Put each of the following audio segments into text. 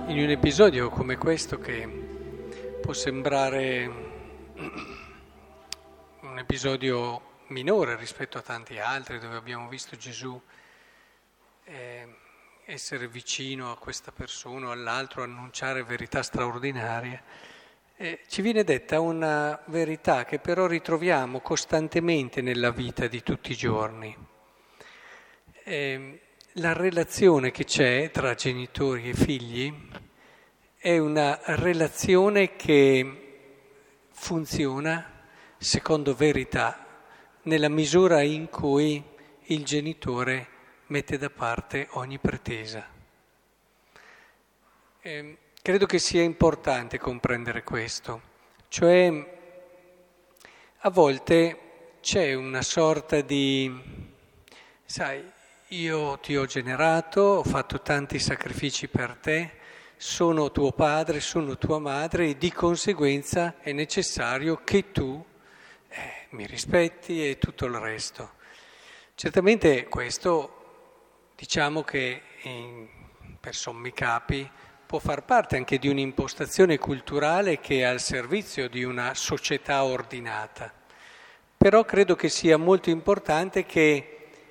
In un episodio come questo, che può sembrare un episodio minore rispetto a tanti altri, dove abbiamo visto Gesù essere vicino a questa persona o all'altro, annunciare verità straordinarie, ci viene detta una verità che però ritroviamo costantemente nella vita di tutti i giorni. La relazione che c'è tra genitori e figli è una relazione che funziona secondo verità, nella misura in cui il genitore mette da parte ogni pretesa. Credo che sia importante comprendere questo, cioè a volte c'è una sorta di, sai, io ti ho generato, ho fatto tanti sacrifici per te, sono tuo padre, sono tua madre e di conseguenza è necessario che tu mi rispetti e tutto il resto. Certamente questo, diciamo che per sommi capi, può far parte anche di un'impostazione culturale che è al servizio di una società ordinata. Però credo che sia molto importante che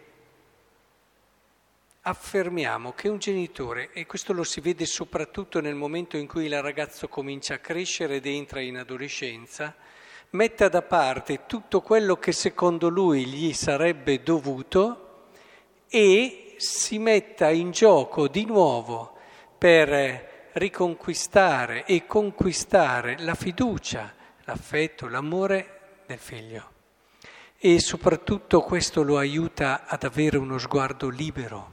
affermiamo che un genitore, e questo lo si vede soprattutto nel momento in cui il ragazzo comincia a crescere ed entra in adolescenza, metta da parte tutto quello che secondo lui gli sarebbe dovuto e si metta in gioco di nuovo per riconquistare e conquistare la fiducia, l'affetto, l'amore del figlio. E soprattutto questo lo aiuta ad avere uno sguardo libero,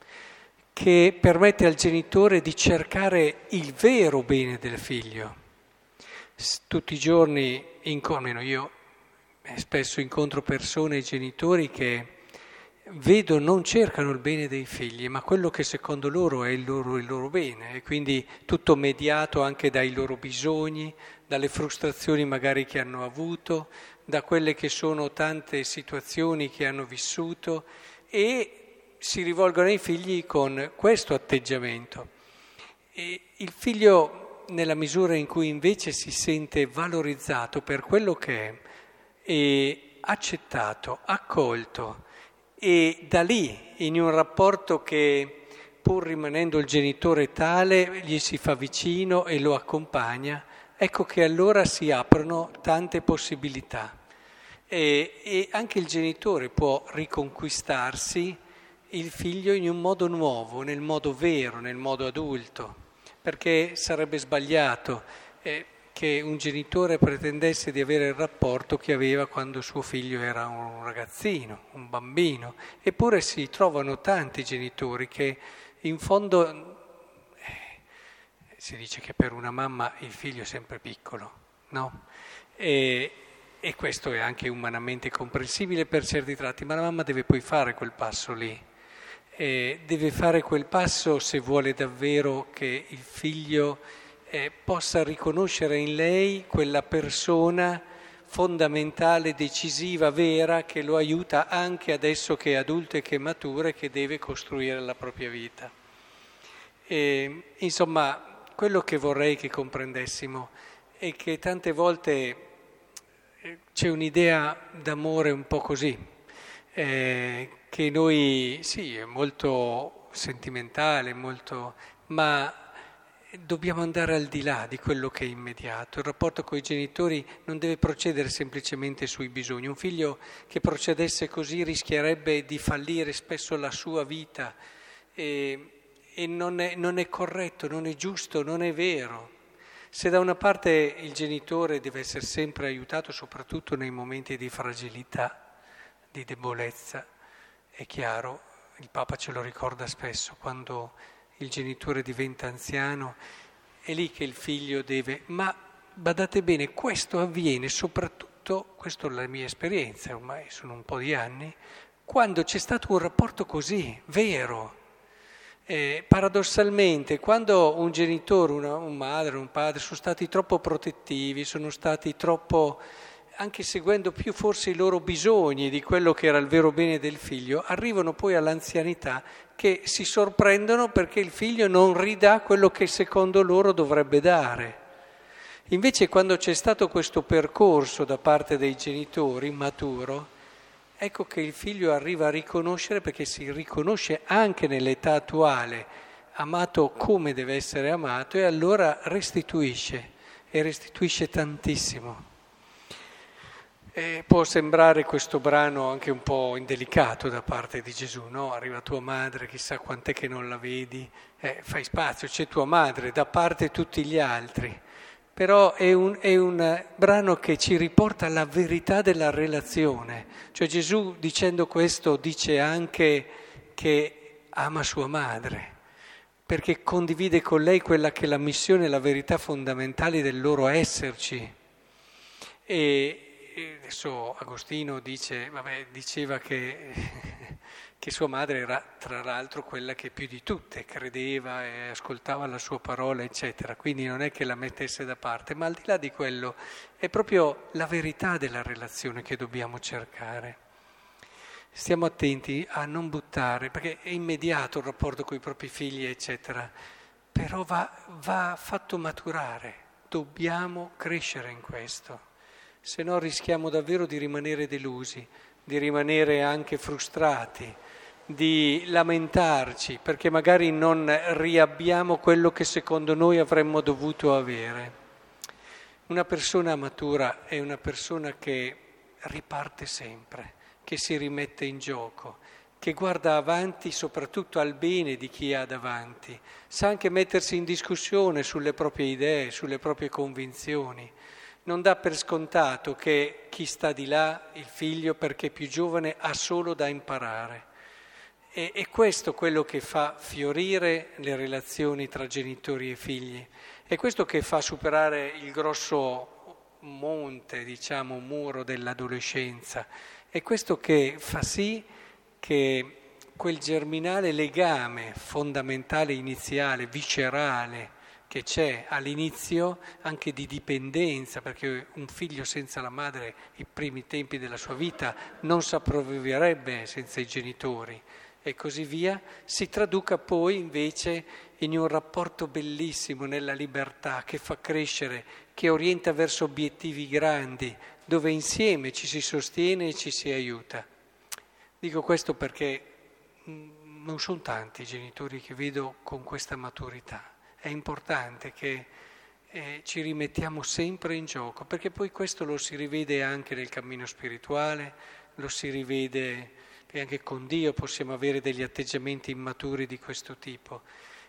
che permette al genitore di cercare il vero bene del figlio. Tutti i giorni, almeno io spesso incontro persone e genitori che vedo non cercano il bene dei figli, ma quello che secondo loro è il loro bene, e quindi tutto mediato anche dai loro bisogni, dalle frustrazioni magari che hanno avuto, da quelle che sono tante situazioni che hanno vissuto, e si rivolgono ai figli con questo atteggiamento. E il figlio, nella misura in cui invece si sente valorizzato per quello che è, e accettato, accolto, e da lì, in un rapporto che, pur rimanendo il genitore tale, gli si fa vicino e lo accompagna, ecco che allora si aprono tante possibilità. E anche il genitore può riconquistarsi il figlio in un modo nuovo, nel modo vero, nel modo adulto, perché sarebbe sbagliato che un genitore pretendesse di avere il rapporto che aveva quando suo figlio era un ragazzino, un bambino. Eppure si trovano tanti genitori che in fondo si dice che per una mamma il figlio è sempre piccolo, no? E questo è anche umanamente comprensibile per certi tratti, ma la mamma deve poi fare quel passo lì. Deve fare quel passo se vuole davvero che il figlio possa riconoscere in lei quella persona fondamentale, decisiva, vera, che lo aiuta anche adesso che è adulto e che è maturo e che deve costruire la propria vita. Insomma, quello che vorrei che comprendessimo è che tante volte c'è un'idea d'amore un po' così, che noi, sì, è molto sentimentale, ma dobbiamo andare al di là di quello che è immediato. Il rapporto con i genitori non deve procedere semplicemente sui bisogni. Un figlio che procedesse così rischierebbe di fallire spesso la sua vita e non è corretto, non è giusto, non è vero. Se da una parte il genitore deve essere sempre aiutato, soprattutto nei momenti di fragilità, di debolezza, è chiaro, il Papa ce lo ricorda spesso, quando il genitore diventa anziano, è lì che il figlio deve, ma badate bene, questo avviene soprattutto, questa è la mia esperienza, ormai sono un po' di anni, quando c'è stato un rapporto così, vero. Paradossalmente, quando un genitore, una madre, un padre sono stati troppo protettivi, sono stati troppo, anche seguendo più forse i loro bisogni di quello che era il vero bene del figlio, arrivano poi all'anzianità che si sorprendono perché il figlio non ridà quello che secondo loro dovrebbe dare. Invece quando c'è stato questo percorso da parte dei genitori maturo, ecco che il figlio arriva a riconoscere, perché si riconosce anche nell'età attuale, amato come deve essere amato, e allora restituisce, e restituisce tantissimo. Può sembrare questo brano anche un po' indelicato da parte di Gesù, no? Arriva tua madre, chissà quant'è che non la vedi, fai spazio, c'è tua madre, da parte tutti gli altri. Però è un brano che ci riporta alla verità della relazione. Cioè Gesù dicendo questo dice anche che ama sua madre, perché condivide con lei quella che è la missione e la verità fondamentali del loro esserci. E adesso Agostino diceva che sua madre era tra l'altro quella che più di tutte credeva e ascoltava la sua parola, eccetera. Quindi non è che la mettesse da parte, ma al di là di quello è proprio la verità della relazione che dobbiamo cercare. Stiamo attenti a non buttare, perché è immediato il rapporto con i propri figli, eccetera, però va fatto maturare, dobbiamo crescere in questo. Se no rischiamo davvero di rimanere delusi, di rimanere anche frustrati, di lamentarci, perché magari non riabbiamo quello che secondo noi avremmo dovuto avere. Una persona matura è una persona che riparte sempre, che si rimette in gioco, che guarda avanti soprattutto al bene di chi ha davanti, sa anche mettersi in discussione sulle proprie idee, sulle proprie convinzioni. Non dà per scontato che chi sta di là, il figlio, perché è più giovane, ha solo da imparare. E questo quello che fa fiorire le relazioni tra genitori e figli. È questo che fa superare il grosso monte, muro dell'adolescenza. È questo che fa sì che quel germinale legame fondamentale, iniziale, viscerale, che c'è all'inizio anche di dipendenza, perché un figlio senza la madre i primi tempi della sua vita non sopravviverebbe senza i genitori e così via, si traduca poi invece in un rapporto bellissimo nella libertà che fa crescere, che orienta verso obiettivi grandi, dove insieme ci si sostiene e ci si aiuta. Dico questo perché non sono tanti i genitori che vedo con questa maturità. È importante che ci rimettiamo sempre in gioco, perché poi questo lo si rivede anche nel cammino spirituale, lo si rivede che anche con Dio possiamo avere degli atteggiamenti immaturi di questo tipo.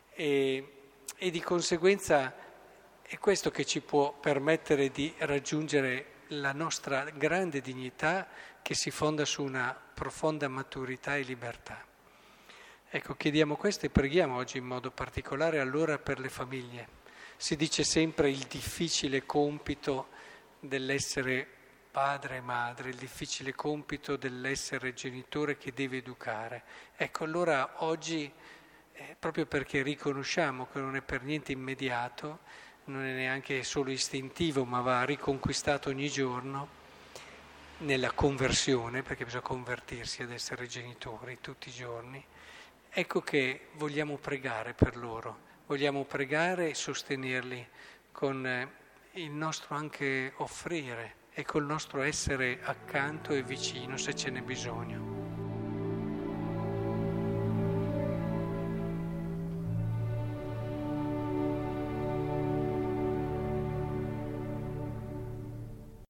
E di conseguenza è questo che ci può permettere di raggiungere la nostra grande dignità che si fonda su una profonda maturità e libertà. Ecco, chiediamo questo e preghiamo oggi in modo particolare allora per le famiglie. Si dice sempre il difficile compito dell'essere padre e madre, il difficile compito dell'essere genitore che deve educare. Ecco, allora oggi, proprio perché riconosciamo che non è per niente immediato, non è neanche solo istintivo, ma va riconquistato ogni giorno, nella conversione, perché bisogna convertirsi ad essere genitori tutti i giorni. Ecco che vogliamo pregare per loro, vogliamo pregare e sostenerli con il nostro anche offrire e col nostro essere accanto e vicino se ce n'è bisogno.